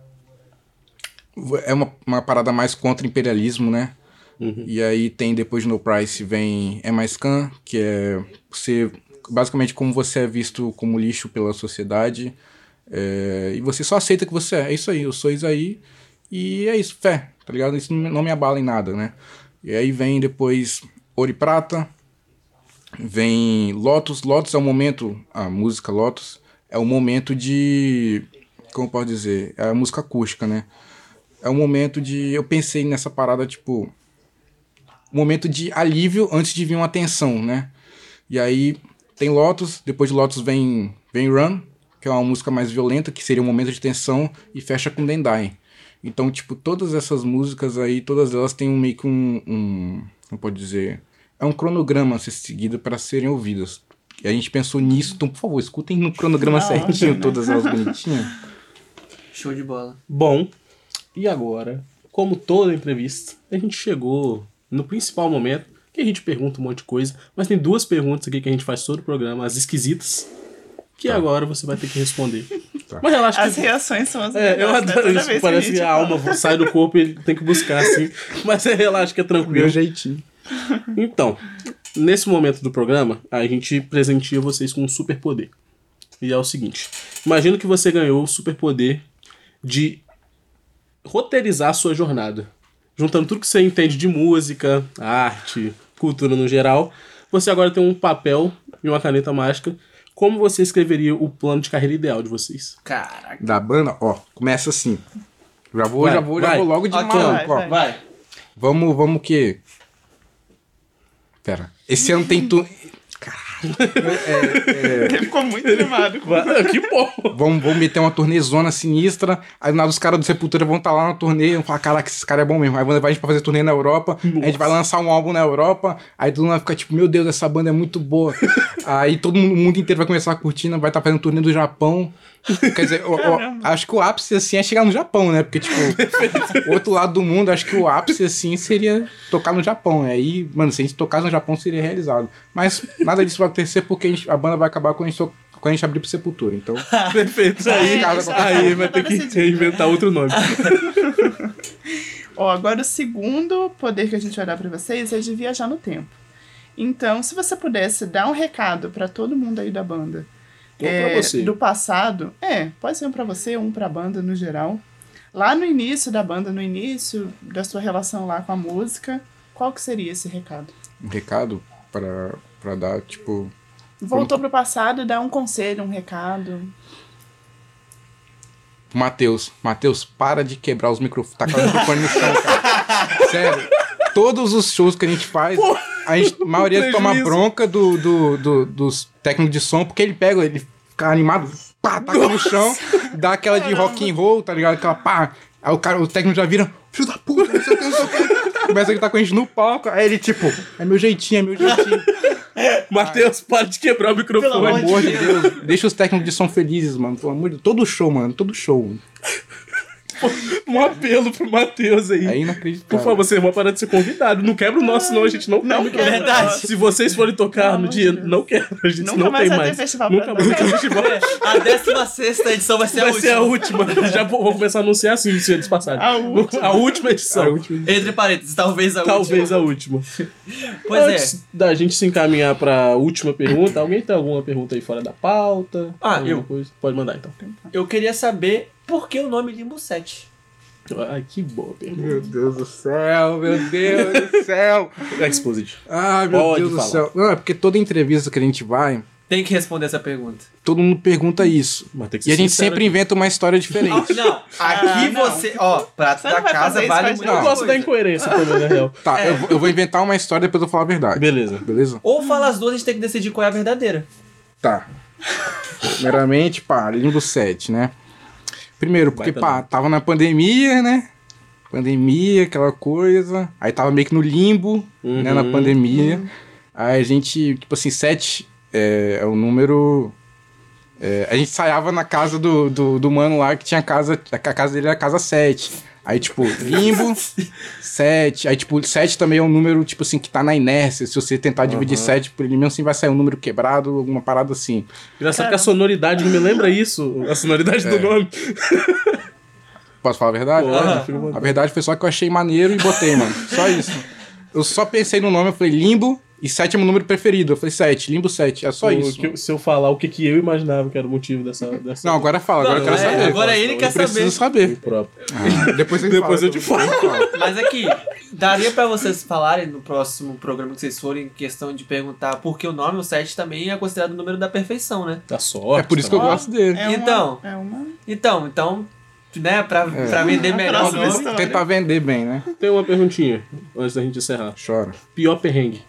É uma, uma parada mais contra o imperialismo, né? Uhum. E aí tem, depois de No Price, vem Am I Scum, que é você... Basicamente, como você é visto como lixo pela sociedade. É, e você só aceita que você é. É isso aí, eu sou isso aí. E é isso, fé, tá ligado? Isso não me abala em nada, né? E aí vem depois Ouro e Prata, vem Lotus. Lotus é o momento, a música Lotus é o momento de, como eu posso dizer, é a música acústica, né? É o momento de, eu pensei nessa parada, tipo, um momento de alívio antes de vir uma tensão, né? E aí tem Lotus, depois de Lotus vem, vem Run, que é uma música mais violenta, que seria um momento de tensão, e fecha com Dendai. Então, tipo, todas essas músicas aí, todas elas têm um, meio que um, um... Como pode dizer? É um cronograma a ser seguido para serem ouvidas. E a gente pensou nisso. Então, por favor, escutem no cronograma não, certinho, né? Todas elas bonitinhas. Show de bola. Bom, e agora, como toda entrevista, a gente chegou no principal momento, que a gente pergunta um monte de coisa, mas tem duas perguntas aqui que a gente faz todo o programa, as esquisitas, que tá. Agora você vai ter que responder. Tá. Mas relaxa as que... reações são as é, melhores, eu adoro né? isso, parece que, que a alma sai do corpo e ele tem que buscar assim. Mas é, relaxa que é tranquilo. Meu jeitinho. Então, nesse momento do programa, a gente presenteia vocês com um superpoder. E é o seguinte: imagina que você ganhou o superpoder de roteirizar a sua jornada. Juntando tudo que você entende de música, arte, cultura no geral, você agora tem um papel e uma caneta mágica. Como você escreveria o plano de carreira ideal de vocês? Caraca. Da banda, ó, começa assim. Já vou, vai, já vou, vai. já vou logo de okay, maluco, ó. Vai, vai. Vamos, vamos o quê? Pera. Esse ano tem tudo... Caralho. É, é... Ele ficou muito animado. Que bom. Vamos, vamos meter uma turnezona sinistra. Aí nada, os caras do Sepultura vão estar tá lá na turnê e vão falar, caraca, esse cara é bom mesmo. Aí vão levar a gente pra fazer turnê na Europa. Nossa. A gente vai lançar um álbum na Europa. Aí todo mundo vai ficar tipo, meu Deus, essa banda é muito boa. Aí todo mundo, o mundo inteiro vai começar a curtir, vai estar tá fazendo turnê do Japão. Quer dizer, o, o, acho que o ápice, assim, é chegar no Japão, né? Porque, tipo, o outro lado do mundo, acho que o ápice, assim, seria tocar no Japão. Aí, mano, se a gente tocasse no Japão, seria realizado. Mas nada disso vai acontecer porque a, gente, a banda vai acabar quando a gente, quando a gente abrir pro Sepultura, então... Perfeito. Aí, aí vai ter que reinventar outro nome. Ó, agora o segundo poder que a gente vai dar pra vocês é de viajar no tempo. Então, se você pudesse dar um recado pra todo mundo aí da banda... É, pra você. Do passado, é, pode ser um pra você, um pra banda no geral. Lá no início da banda, no início da sua relação lá com a música, qual que seria esse recado? Um recado pra, pra dar, tipo... Voltou pro passado e dá um conselho, um recado. Matheus, Matheus, para de quebrar os microfones. Tá com o microfone no chão, cara. Sério, todos os shows que a gente faz... Pô. A, gente, a maioria toma bronca do, do, do, dos técnicos de som, porque ele pega, ele fica animado, pá, taca no chão, dá aquela de rock and roll, tá ligado? Aquela pá. Aí o, cara, o técnico já vira, filho da puta, não sei o que, não sei o que. Começa a gritar com a gente no palco, aí ele tipo, é meu jeitinho, é meu jeitinho. Matheus, para de quebrar o microfone. Pelo amor de Deus. Deus, deixa os técnicos de som felizes, mano, pelo amor de Deus. Todo show, mano, todo show. Um apelo pro Matheus aí. É inacreditável. Por favor, vocês vão parar de ser convidados. Não quebra o nosso, senão a gente não, não quebra. É verdade. Se vocês forem tocar no dia, de não quebra. A gente nunca não mais tem vai mais. Ter festival Nunca mais vai ter festival. A décima sexta edição vai ser vai a última. Vai ser a última. Já vou começar a anunciar assim, se eles passarem. A última. A última edição. A última. Entre parênteses, talvez a talvez última. Talvez a última. Pois Antes é. da gente se encaminhar pra última pergunta, alguém tem alguma pergunta aí fora da pauta? Ah, eu. Coisa? Pode mandar então. Eu queria saber por que o nome Limbo sete. Ai, que boa pergunta. Meu Deus do céu, meu Deus do céu. Exposed. Ai, meu Pode Deus falar. do céu. Não, é porque toda entrevista que a gente vai, Tem que responder essa pergunta. todo mundo pergunta isso. Mas tem que ser E a gente sincero sempre inventa uma história diferente. Não, aqui Ah, não. você... Ó, prato Você da não vai casa fazer isso vale com a muito gente. Eu gosto da coisa. incoerência também, na real. Tá, eu, vou- eu vou inventar uma história e depois eu vou falar a verdade. Beleza. Beleza? Ou fala as duas, a gente tem que decidir qual é a verdadeira. Tá. Primeiramente, pá, limbo sete, né? Primeiro, porque, Baita pá, nome. tava na pandemia, né? Pandemia, aquela coisa. Aí tava meio que no limbo, né? Na Uhum. pandemia. Aí a gente, tipo assim, sete é, é o número... é, a gente ensaiava na casa do, do, do mano lá, que tinha casa... A casa dele era casa sete. Aí, tipo, limbo, sete. Aí, tipo, sete também é um número, tipo assim, que tá na inércia. Se você tentar dividir sete por ele mesmo, assim, vai sair um número quebrado, alguma parada assim. Engraçado que a sonoridade não me lembra isso. A sonoridade do nome. Posso falar a verdade? Pode, Ah, fica à vontade. a verdade foi só que eu achei maneiro e botei, mano. Só isso. Eu só pensei no nome, eu falei limbo e sete é meu número preferido. Eu falei sete, limbo sete. É só O isso. que- se eu falar o que, que eu imaginava que era o motivo dessa. dessa... Não, agora fala, agora eu quero é, saber. agora ele quer eu preciso saber. saber. próprio. Ah, depois ele Depois fala, eu te falo. Mas aqui, daria pra vocês falarem no próximo programa que vocês forem, em questão de perguntar por que o nome, o sete também é considerado o número da perfeição, né? Da sorte. É por isso que eu também. gosto dele. É uma, Então. É uma... Então, então, né, pra, É. pra vender melhor o próxima nome. história. Tentar vender bem, né? Tem uma perguntinha antes da gente encerrar. Chora. Pior perrengue.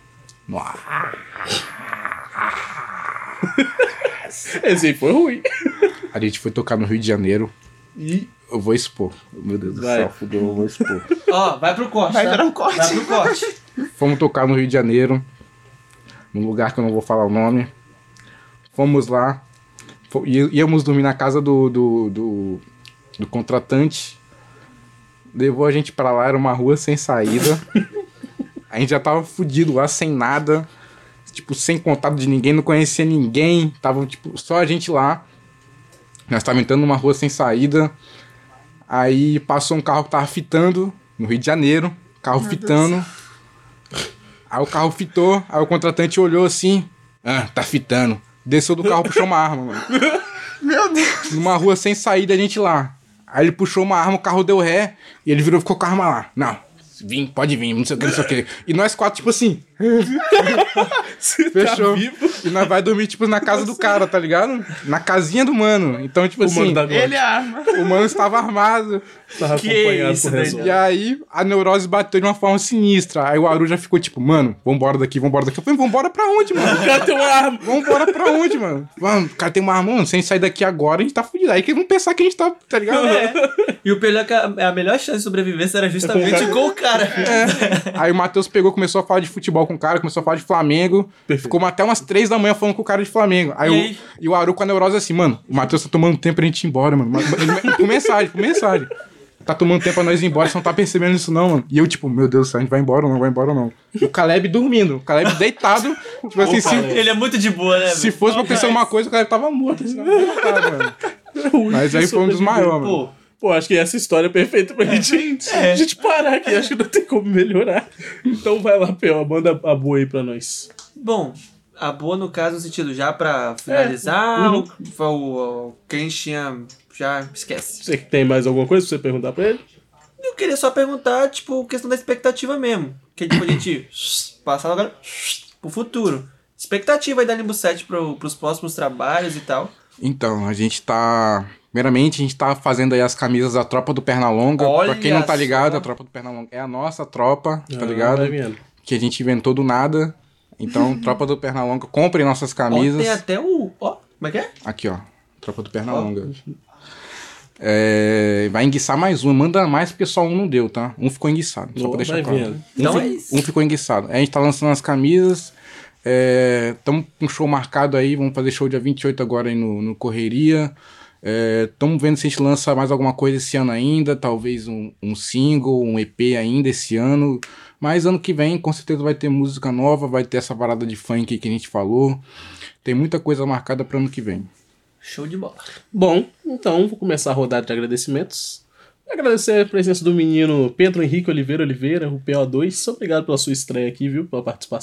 Esse aí foi ruim. A gente foi tocar no Rio de Janeiro. E Eu vou expor. Meu Deus do Vai. céu, fudeu, eu vou expor. Ó, vai pro corte, Vai tá? virar um corte. Vai pro corte. Fomos tocar no Rio de Janeiro, num lugar que eu não vou falar o nome. Fomos lá, fo- í- íamos dormir na casa do, do, do, do contratante. Levou a gente pra lá, era uma rua sem saída. A gente já tava fudido lá, sem nada. Tipo, sem contato de ninguém, não conhecia ninguém. Tava, tipo, só a gente lá. Nós tava entrando numa rua sem saída. Aí passou um carro que tava fitando, no Rio de Janeiro. Carro fitando. Aí o carro fitou, aí o contratante olhou assim. Ah, tá fitando. Desceu do carro, puxou uma arma, mano. Meu Deus. Numa rua sem saída, a gente lá. Aí ele puxou uma arma, o carro deu ré. E ele virou e ficou com a arma lá. Não, vim, pode vir, não sei o que, não sei o que. E nós quatro, tipo assim. você Fechou. tá vivo? E nós vai dormir, tipo, na casa do cara, tá ligado? Na casinha do mano. Então, tipo O assim, mano da Glock. Ele arma. o mano estava armado. Tava Que acompanhado isso, por doido. Resolve. E aí, a neurose bateu de uma forma sinistra. Aí o Aru já ficou tipo, mano, vambora daqui, vambora daqui. Eu falei, vambora pra onde, mano? O cara tem uma arma. Vambora pra onde, mano? Mano, o cara tem uma arma, mano. Se a gente sair daqui agora, a gente tá fudido. Aí que vão pensar que a gente tá, tá ligado? É. E o pior é que a, a melhor chance de sobrevivência era justamente com o cara. Aí o Matheus pegou, começou a falar de futebol com o cara, começou a falar de Flamengo. Perfeito. Ficou até umas três da manhã falando com o cara de Flamengo. Aí, E o, aí? e o Aru com a neurose assim, mano, o Matheus tá tomando tempo pra gente ir embora, mano. Ele- Por mensagem, por mensagem. Tá tomando tempo pra nós ir embora, você não tá percebendo isso não, mano. E eu, tipo, meu Deus do céu, a gente vai embora ou não, vai embora ou não. E o Caleb dormindo, o Caleb deitado, tipo assim, se, Ele é muito de boa, né? se velho? fosse pra pensar uma coisa, o Caleb tava morto. Assim, não, cara, mano. Mas aí foi um dos maiores, mano. Pô, Pô, acho que essa história é perfeita pra gente, a gente parar aqui. Acho que não tem como melhorar. Então vai lá, P.O., manda a boa aí pra nós. bom, a boa no caso, no sentido, já pra finalizar, uhum. o, o, o que a gente tinha, já esquece. Você que tem mais alguma coisa pra você perguntar pra ele? Eu queria só perguntar, tipo, questão da expectativa mesmo. Que tipo, a gente passar agora pro futuro. Expectativa aí da Limbo sete pro, pros próximos trabalhos e tal. Então, a gente tá... Primeiramente, a gente tá fazendo aí as camisas da Tropa do Pernalonga. Olha Pra quem não tá ligado, só. a Tropa do Pernalonga é a nossa tropa, tá Ah, ligado? vai vendo. Que a gente inventou do nada. Então, Tropa do Pernalonga, comprem nossas camisas. Ó, tem até o... Ó, como é que é? Aqui, ó. Tropa do Pernalonga. É, vai enguiçar mais um. Manda mais porque só um não deu, tá? Um ficou enguiçado. Só Boa, pra deixar vai claro. vendo. Um, Então fi- é isso. um ficou enguiçado. Aí a gente tá lançando as camisas. Estamos com um show marcado aí. Vamos fazer show dia vinte e oito agora aí no, no Correria. Estamos vendo se a gente lança mais alguma coisa esse ano ainda. Talvez um, um single, um E P ainda esse ano. Mas ano que vem com certeza vai ter música nova. Vai ter essa parada de funk aí que a gente falou. Tem muita coisa marcada para ano que vem. Show de bola. Bom, então vou começar a rodada de agradecimentos. Agradecer a presença do menino Pedro Henrique Oliveira Oliveira, o P O dois. Obrigado pela sua estreia aqui, viu? Pela participação.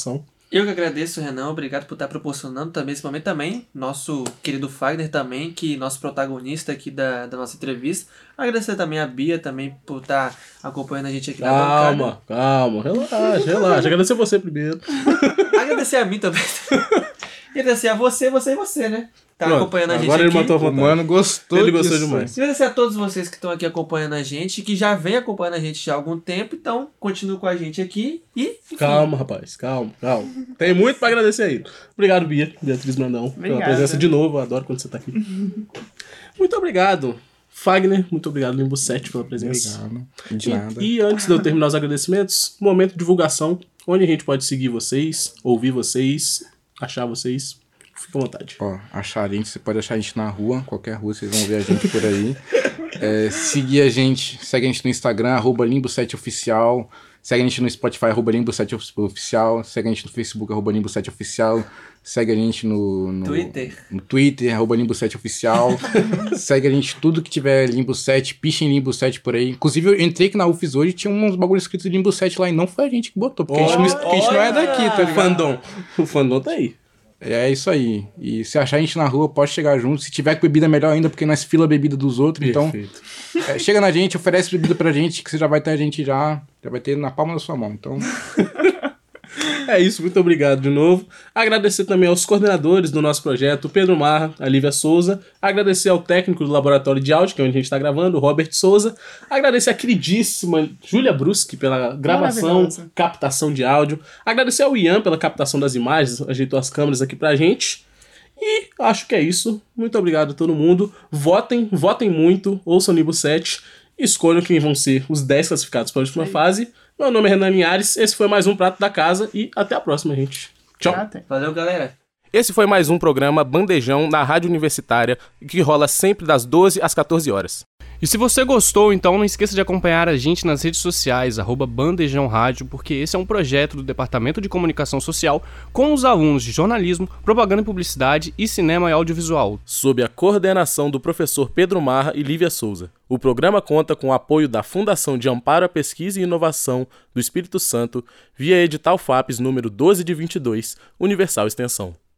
Eu que agradeço, Renan, obrigado por estar proporcionando também esse momento também, nosso querido Fagner também, que nosso protagonista aqui da, da nossa entrevista. Agradecer também a Bia também por estar acompanhando a gente aqui na bancada. Calma, calma, relaxa, relaxa. Agradecer você primeiro. Agradecer a mim também. E agradecer a você, você e você, né? Tá Pronto, acompanhando a gente agora aqui. ele matou a O vontade. mano gostou Ele disso. gostou demais. E agradecer a todos vocês que estão aqui acompanhando a gente, que já vem acompanhando a gente já há algum tempo, então continue com a gente aqui e... enfim. Calma, rapaz, calma, calma. Tem muito pra agradecer aí. Obrigado, Bia, Beatriz Brandão, pela Obrigada. presença de novo. Eu adoro quando você tá aqui. Muito obrigado, Fagner. Muito obrigado, Limbo sete, pela presença. Obrigado. De E, nada. e antes de eu terminar os agradecimentos, momento de divulgação, onde a gente pode seguir vocês, ouvir vocês, achar vocês. Fica à vontade. Ó, achar a gente, você pode achar a gente na rua, qualquer rua, vocês vão ver a gente por aí. É, seguir a gente, segue a gente no Instagram, arroba Limbo sete Oficial. Segue a gente no Spotify, arroba Limbo sete Oficial. Segue a gente no Facebook, arroba Limbo sete Oficial. Segue a gente no, no Twitter. No Twitter, arroba Limbo sete Oficial. Segue a gente tudo que tiver Limbo sete, pichem Limbo sete por aí. Inclusive, eu entrei aqui na U F I S hoje e tinha uns bagulhos escritos de Limbo sete lá e não foi a gente que botou, porque a gente, não, porque a gente não é daqui, tá O ligado? fandom. O fandom tá aí. É isso aí. E se achar a gente na rua, pode chegar junto. Se tiver com bebida, melhor ainda, porque nós fila a bebida dos outros. Perfeito. Então, é, chega na gente, oferece bebida pra gente, que você já vai ter a gente já. Já vai ter na palma da sua mão. Então, É isso, muito obrigado de novo. Agradecer também aos coordenadores do nosso projeto, o Pedro Marra, a Lívia Souza. Agradecer ao técnico do Laboratório de Áudio, que é onde a gente está gravando, o Robert Souza. Agradecer a queridíssima Júlia Bruschi pela gravação, Maravilhosa. captação de áudio. Agradecer ao Ian pela captação das imagens, ajeitou as câmeras aqui pra gente. E acho que é isso. Muito obrigado a todo mundo. Votem, votem muito, ouçam o Limbo sete. Escolham quem vão ser os dez classificados para a última fase. Meu nome é Renan Linhares, esse foi mais um Prato da Casa e até a próxima, gente. Tchau. Até. Valeu, galera. Esse foi mais um programa Bandejão na Rádio Universitária, que rola sempre das doze às quatorze horas. E se você gostou, então não esqueça de acompanhar a gente nas redes sociais, arroba Bandejão Rádio, porque esse é um projeto do Departamento de Comunicação Social com os alunos de jornalismo, propaganda e publicidade e cinema e audiovisual, sob a coordenação do professor Pedro Marra e Lívia Souza. O programa conta com o apoio da Fundação de Amparo à Pesquisa e Inovação do Espírito Santo, via edital F A P E S número doze de vinte e dois, Universal Extensão.